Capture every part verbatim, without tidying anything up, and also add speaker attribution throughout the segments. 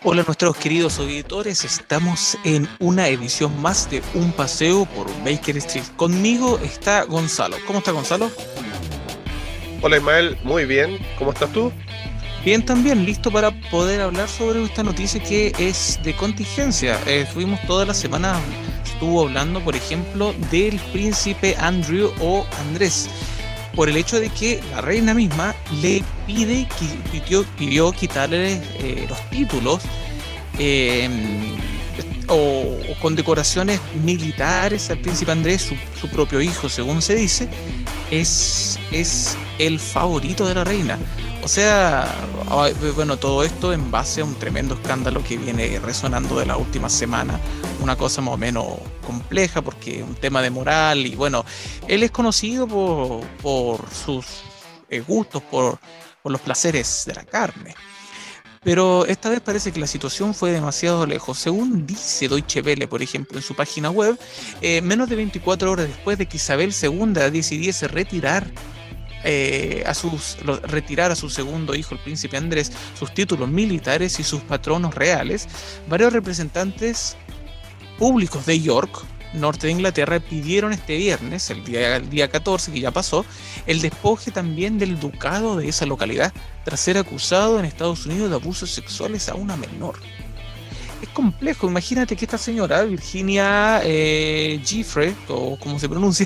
Speaker 1: Hola nuestros queridos auditores, estamos en una edición más de Un Paseo por Baker Street. Conmigo está Gonzalo. ¿Cómo está Gonzalo?
Speaker 2: Hola Ismael, muy bien, ¿cómo estás tú?
Speaker 1: Bien también, listo para poder hablar sobre esta noticia que es de contingencia. Eh, estuvimos toda la semana, estuvo hablando, por ejemplo, del príncipe Andrew o Andrés, por el hecho de que la reina misma le pide, qui- pidió, pidió quitarle eh, los títulos eh, o, o condecoraciones militares al príncipe Andrés, su, su propio hijo, según se dice, es, es el favorito de la reina. O sea, ay, bueno, todo esto en base a un tremendo escándalo que viene resonando de la última semana, una cosa más o menos compleja porque es un tema de moral y bueno, él es conocido por, por sus eh, gustos, por, por los placeres de la carne. Pero esta vez parece que la situación fue demasiado lejos. Según dice Deutsche Welle, por ejemplo, en su página web, eh, menos de veinticuatro horas después de que Isabel segunda decidiese retirar eh, a sus, lo- retirar a su segundo hijo, el príncipe Andrés, sus títulos militares y sus patronos reales, varios representantes públicos de York, norte de Inglaterra, pidieron este viernes, el día, el día catorce, que ya pasó, el despoje también del ducado de esa localidad, tras ser acusado en Estados Unidos de abusos sexuales a una menor. Es complejo, imagínate que esta señora, Virginia eh, Giffre, o como se pronuncia,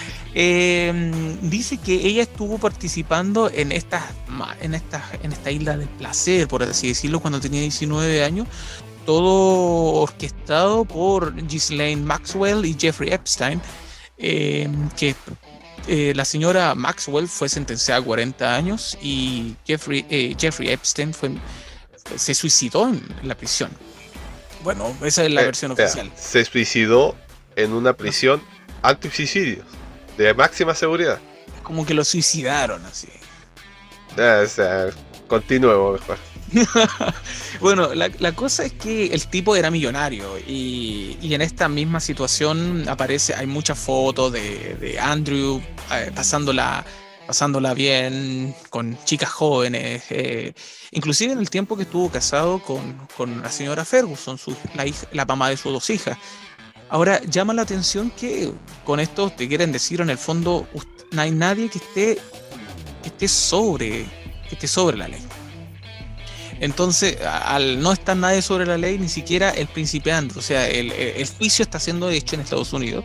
Speaker 1: eh, dice que ella estuvo participando en estas, en estas, en esta isla del placer, por así decirlo, cuando tenía diecinueve años, todo orquestado por Ghislaine Maxwell y Jeffrey Epstein, eh, que eh, la señora Maxwell fue sentenciada a cuarenta años y Jeffrey, eh, Jeffrey Epstein fue, se suicidó en la prisión. Bueno, esa es la
Speaker 2: Eh,
Speaker 1: versión
Speaker 2: espera,
Speaker 1: oficial.
Speaker 2: se suicidó en una
Speaker 1: No,
Speaker 2: prisión anti-suicidios, de máxima seguridad.
Speaker 1: es como que lo suicidaron así.
Speaker 2: Eh, o sea, continuemos mejor.
Speaker 1: Bueno, la, la cosa es que el tipo era millonario y, y en esta misma situación aparece, hay muchas fotos de, de Andrew eh, pasándola, pasándola bien con chicas jóvenes, eh, inclusive en el tiempo que estuvo casado con, con la señora Ferguson, su, la, hija, la mamá de sus dos hijas. Ahora, llama la atención que con esto te quieren decir en el fondo, no hay nadie que esté, que esté sobre, que esté sobre la ley. Entonces, al no estar nadie sobre la ley, ni siquiera el principiante, o sea, el, el juicio está siendo hecho en Estados Unidos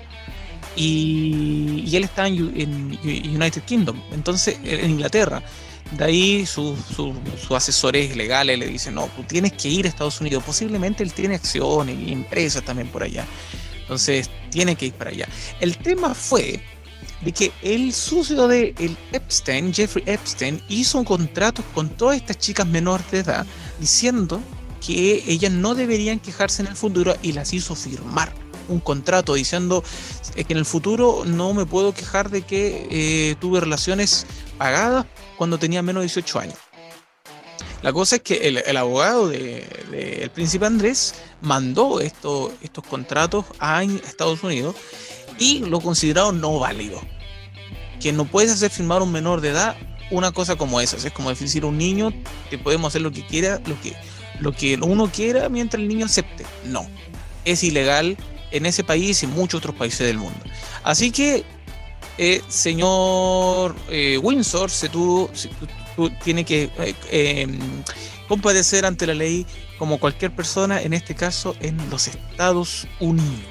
Speaker 1: y, y él está en, en, United Kingdom, entonces en Inglaterra. De ahí sus su, su asesores legales le dicen, no, tú tienes que ir a Estados Unidos. Posiblemente él tiene acciones y empresas también por allá. Entonces, tiene que ir para allá. El tema fue de que el sucio de el Epstein, Jeffrey Epstein, hizo un contrato con todas estas chicas menores de edad diciendo que ellas no deberían quejarse en el futuro y las hizo firmar un contrato diciendo eh, que en el futuro no me puedo quejar de que eh, tuve relaciones pagadas cuando tenía menos de dieciocho años. La cosa es que el, el abogado del de, de príncipe Andrés mandó esto, estos contratos a Estados Unidos y lo consideraron no válido, que no puedes hacer firmar a un menor de edad una cosa como esa. Es como decir a un niño que podemos hacer lo que quiera, lo que, lo que uno quiera mientras el niño acepte. No, es ilegal en ese país y en muchos otros países del mundo. Así que, eh, señor eh, Windsor, se tuvo, se, tu, tu, tiene que eh, eh, comparecer ante la ley como cualquier persona, en este caso en los Estados Unidos.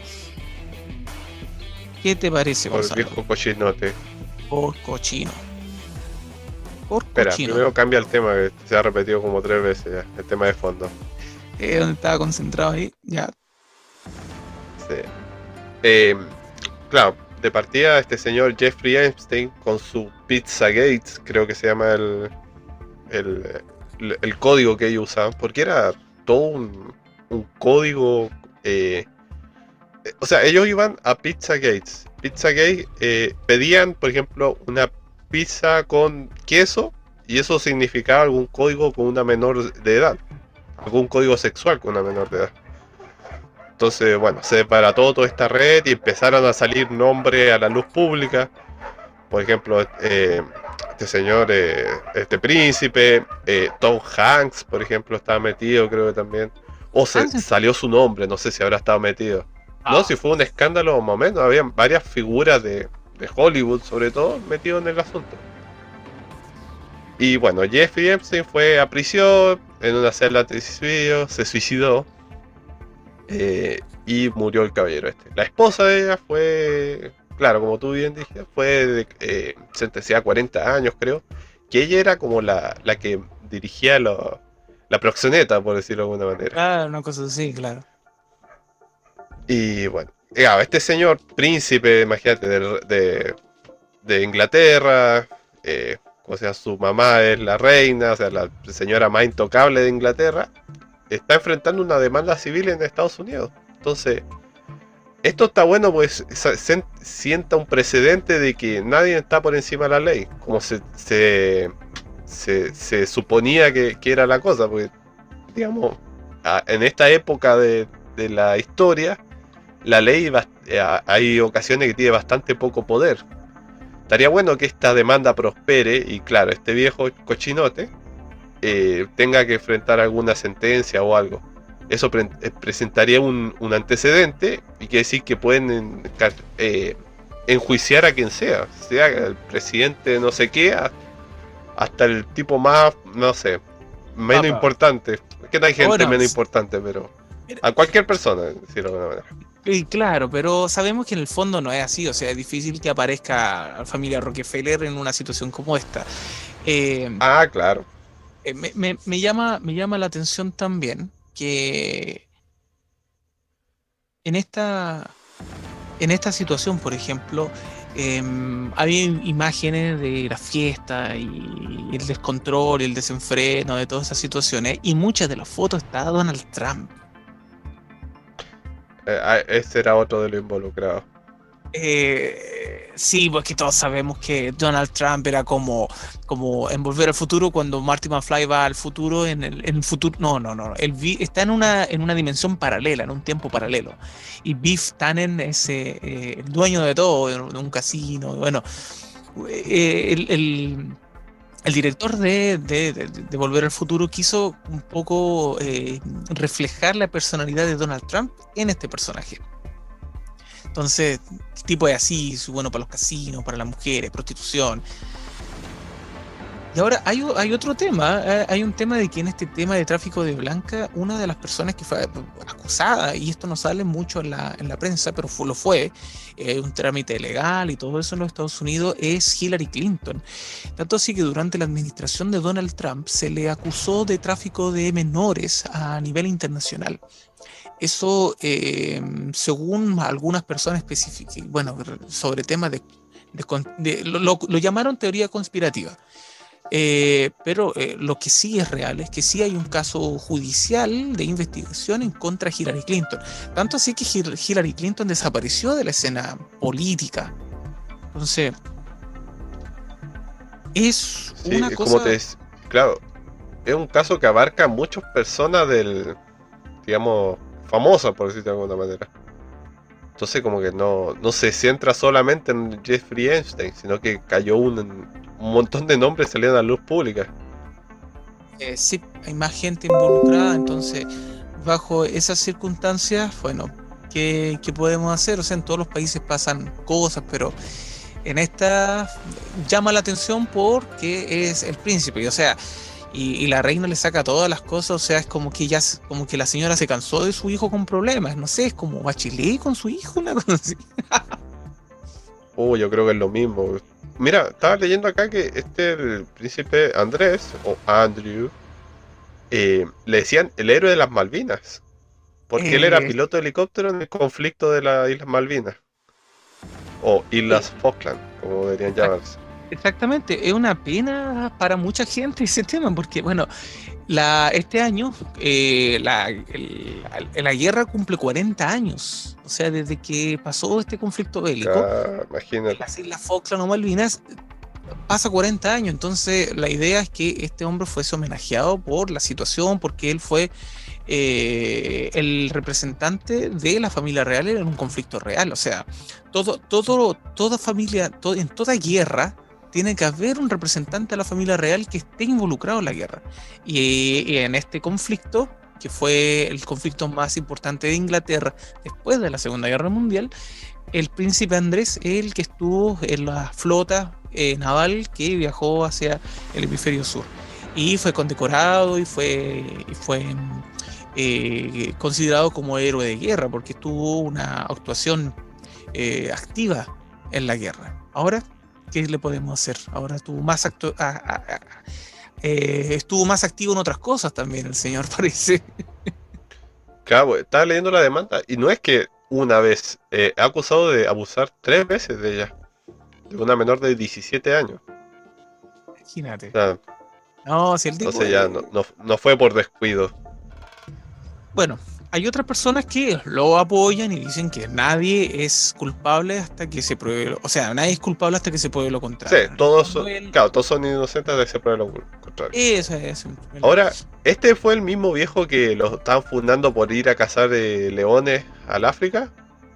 Speaker 1: ¿Qué te parece,
Speaker 2: Por
Speaker 1: Gonzalo?
Speaker 2: viejo cochinote.
Speaker 1: Por cochino. Por
Speaker 2: Espera,
Speaker 1: cochino.
Speaker 2: primero cambia el tema que se ha repetido como tres veces ya, el tema de fondo.
Speaker 1: Eh, donde estaba concentrado ahí, ya.
Speaker 2: Sí. Eh, claro, de partida este señor Jeffrey Epstein con su Pizza Gates, creo que se llama el, el, el, el código que ellos usaban, porque era todo un, un código. Eh, o sea, ellos iban a Pizza Gates. Pizza Gate eh, pedían, por ejemplo, una pizza con queso y eso significaba algún código con una menor de edad, algún código sexual con una menor de edad. Entonces, bueno, se desbarató toda esta red y empezaron a salir nombres a la luz pública. Por ejemplo, eh, este señor, eh, este príncipe, eh, Tom Hanks, por ejemplo, estaba metido, creo que también. O se salió su nombre, no sé si habrá estado metido. Ah. No, si fue un escándalo un momento, había varias figuras de, de Hollywood, sobre todo, metidos en el asunto. Y bueno, Jeffrey Epstein fue a prisión en una celda de suicidio, se suicidó eh, y murió el caballero este. La esposa de ella fue, claro, como tú bien dijiste, fue de, eh, sentenciada a cuarenta años, creo, que ella era como la, la que dirigía lo, la proxeneta, por decirlo de alguna manera.
Speaker 1: Claro, una cosa así, claro.
Speaker 2: Y bueno, este señor, príncipe, imagínate, de, de, de Inglaterra, eh, o sea, su mamá es la reina, o sea, la señora más intocable de Inglaterra, está enfrentando una demanda civil en Estados Unidos. Entonces, esto está bueno, pues se, sienta un precedente de que nadie está por encima de la ley, como se, se, se, se suponía que, que era la cosa, porque, digamos, a, en esta época de, de la historia, la ley, hay ocasiones que tiene bastante poco poder. Estaría bueno que esta demanda prospere y claro, este viejo cochinote eh, tenga que enfrentar alguna sentencia o algo. Eso pre presentaría un, un antecedente y quiere decir que pueden eh, enjuiciar a quien sea, sea el presidente no sé qué, hasta el tipo más, no sé, menos Papa. importante. Que no hay gente bueno, menos importante, pero a cualquier persona, decirlo de alguna manera.
Speaker 1: Y claro, pero sabemos que en el fondo no es así, o sea, es difícil que aparezca la familia Rockefeller en una situación como esta.
Speaker 2: Eh, ah, claro.
Speaker 1: Eh, me, me, me, llama, me llama la atención también que en esta, en esta situación, por ejemplo, eh, había imágenes de la fiesta y el descontrol, el desenfreno de todas esas situaciones, y muchas de las fotos está Donald Trump.
Speaker 2: Eh, ese era otro de los involucrados.
Speaker 1: Eh, sí, porque todos sabemos que Donald Trump era como, como en Volver al Futuro, cuando Marty McFly va al futuro, en el, en el futuro, no, no, no, él vi, está en una, en una dimensión paralela, en un tiempo paralelo, y Biff Tannen es eh, el dueño de todo, de un casino, bueno, eh, el, el, el director de, de, de, de Volver al Futuro quiso un poco eh, reflejar la personalidad de Donald Trump en este personaje. Entonces, el tipo es así, es bueno para los casinos, para las mujeres, prostitución. Y ahora hay, hay otro tema, hay un tema de que en este tema de tráfico de blanca, una de las personas que fue acusada, y esto no sale mucho en la, en la prensa, pero fue, lo fue, eh, un trámite legal y todo eso en los Estados Unidos, es Hillary Clinton. Tanto así que durante la administración de Donald Trump se le acusó de tráfico de menores a nivel internacional. Eso, eh, según algunas personas específicas, bueno, sobre temas de, de, de lo, lo, lo llamaron teoría conspirativa. Eh, pero eh, lo que sí es real es que sí hay un caso judicial de investigación en contra de Hillary Clinton. Tanto así que Hillary Clinton desapareció de la escena política. Entonces, es
Speaker 2: sí,
Speaker 1: una cosa...
Speaker 2: Como te es, claro, es un caso que abarca a muchas personas del, digamos, famosas, por decirlo de alguna manera. Entonces como que no, no se centra solamente en Jeffrey Epstein, sino que cayó un, un montón de nombres salieron a la luz pública.
Speaker 1: Eh, sí, hay más gente involucrada, entonces bajo esas circunstancias, bueno, ¿qué, qué podemos hacer? O sea, en todos los países pasan cosas, pero en esta llama la atención porque es el príncipe, o sea, y, y la reina le saca todas las cosas, o sea, es como que ya, como que la señora se cansó de su hijo con problemas, no sé, es como Bachelet con su hijo, una cosa así.
Speaker 2: Oh, yo creo que es lo mismo. Mira, estaba leyendo acá que este, el príncipe Andrés, o Andrew, eh, le decían el héroe de las Malvinas, porque eh... él era piloto de helicóptero en el conflicto de las Islas Malvinas, o Islas eh... Falkland, como deberían llamarse.
Speaker 1: Exactamente, es una pena para mucha gente ese tema, porque bueno, la, este año eh, la, el, la guerra cumple cuarenta años, o sea, desde que pasó este conflicto bélico,
Speaker 2: ah, imagínate.
Speaker 1: las Islas Falkland o Malvinas, pasa cuarenta años, entonces la idea es que este hombre fuese homenajeado por la situación, porque él fue eh, el representante de la familia real en un conflicto real, o sea, todo, todo, toda familia, todo, en toda guerra, tiene que haber un representante de la familia real que esté involucrado en la guerra. Y, y en este conflicto que fue el conflicto más importante de Inglaterra después de la Segunda Guerra Mundial, el príncipe Andrés es el que estuvo en la flota eh, naval que viajó hacia el hemisferio sur. Y fue condecorado y fue, y fue eh, considerado como héroe de guerra, porque tuvo una actuación eh, activa en la guerra. Ahora, ¿qué le podemos hacer? Ahora estuvo más, actu- a, a, a, eh, estuvo más activo en otras cosas también el señor, parece.
Speaker 2: Claro, estaba leyendo la demanda y no es que una vez, eh, ha acusado de abusar tres veces de ella, de una menor de diecisiete años.
Speaker 1: Imagínate.
Speaker 2: O sea,
Speaker 1: No, si el tipo
Speaker 2: entonces ya
Speaker 1: es...
Speaker 2: no, no, no fue por descuido.
Speaker 1: Bueno, hay otras personas que lo apoyan y dicen que nadie es culpable hasta que se pruebe, lo- o sea, nadie es culpable hasta que se pruebe lo
Speaker 2: Sí,
Speaker 1: contrario.
Speaker 2: todos son,
Speaker 1: Él-
Speaker 2: claro, todos son inocentes de ese prueba lo contrario.
Speaker 1: Eso es. el-
Speaker 2: Ahora, ¿este fue el mismo viejo que lo estaban fundando por ir a cazar eh, leones al África?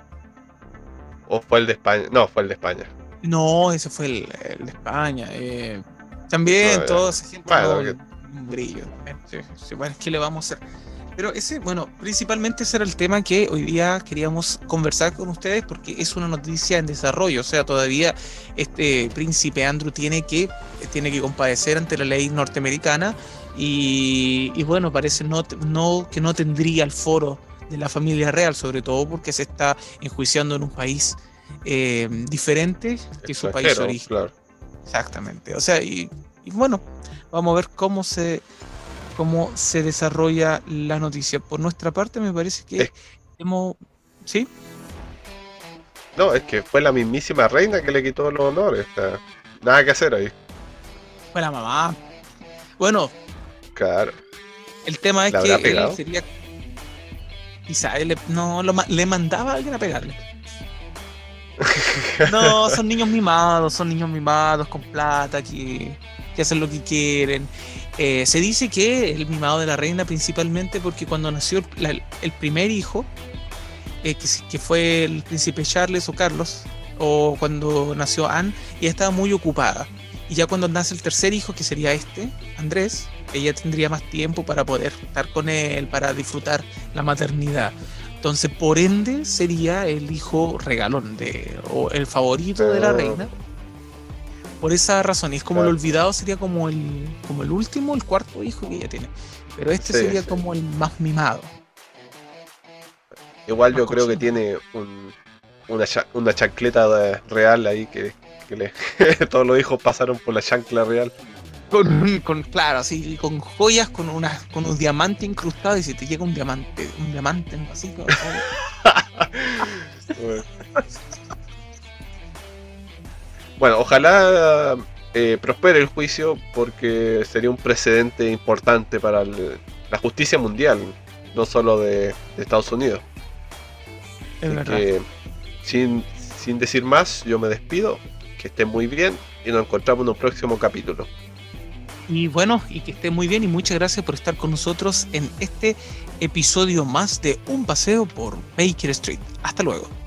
Speaker 2: ¿O fue el de España? No, fue el de España.
Speaker 1: No, ese fue el, el de España. eh, también
Speaker 2: Ah, ya.
Speaker 1: toda esa gente
Speaker 2: Bueno,
Speaker 1: no,
Speaker 2: que-
Speaker 1: un brillo. eh, sí, sí, bueno, ¿qué le vamos a hacer? Pero ese, bueno, principalmente ese era el tema que hoy día queríamos conversar con ustedes porque es una noticia en desarrollo. O sea, todavía este príncipe Andrew tiene que, tiene que compadecer ante la ley norteamericana y, y bueno, parece no, no, que no tendría el foro de la familia real, sobre todo porque se está enjuiciando en un país eh, diferente que su país de
Speaker 2: extranjero,
Speaker 1: origen.
Speaker 2: claro.
Speaker 1: Exactamente. O sea, y, y bueno, vamos a ver cómo se cómo se desarrolla la noticia. Por nuestra parte, me parece que
Speaker 2: Es-
Speaker 1: hemos. ¿Sí?
Speaker 2: No, es que fue la mismísima reina que le quitó los honores. O sea, nada que hacer ahí.
Speaker 1: Fue la mamá. Bueno,
Speaker 2: Claro.
Speaker 1: el tema es
Speaker 2: ¿Le
Speaker 1: que
Speaker 2: habrá
Speaker 1: él
Speaker 2: pegado?
Speaker 1: sería. Quizá él le, no, lo ma- le mandaba a alguien a pegarle. No, son niños mimados, son niños mimados con plata que, que hacen lo que quieren. Eh, se dice que el mimado de la reina principalmente porque cuando nació el, la- el primer hijo, eh, que, que fue el príncipe Charles o Carlos, o cuando nació Anne, ella estaba muy ocupada. Y ya cuando nace el tercer hijo, que sería este, Andrés, ella tendría más tiempo para poder estar con él, para disfrutar la maternidad. Entonces, por ende, sería el hijo regalón de, o el favorito de la reina. Por esa razón, y es como
Speaker 2: Claro.
Speaker 1: el olvidado, sería como el, como el último, el cuarto hijo que ella tiene. Pero este
Speaker 2: Sí,
Speaker 1: sería
Speaker 2: sí.
Speaker 1: como el más mimado.
Speaker 2: Igual
Speaker 1: Más
Speaker 2: yo creo que
Speaker 1: cochino.
Speaker 2: tiene un, una, cha- una chancleta de- real ahí que, que le, todos los hijos pasaron por la chancla real.
Speaker 1: Con, con, claro, así, con joyas, con una, con un diamante incrustado, y si te llega un diamante, un diamante así, como-
Speaker 2: Bueno, ojalá eh, prospere el juicio porque sería un precedente importante para el- la justicia mundial, no solo de, de Estados Unidos.
Speaker 1: es
Speaker 2: Así
Speaker 1: verdad.
Speaker 2: que, sin, sin decir más, yo me despido, que estén muy bien y nos encontramos en un próximo capítulo.
Speaker 1: Y bueno, y que esté muy bien y muchas gracias por estar con nosotros en este episodio más de Un Paseo por Baker Street. Hasta luego.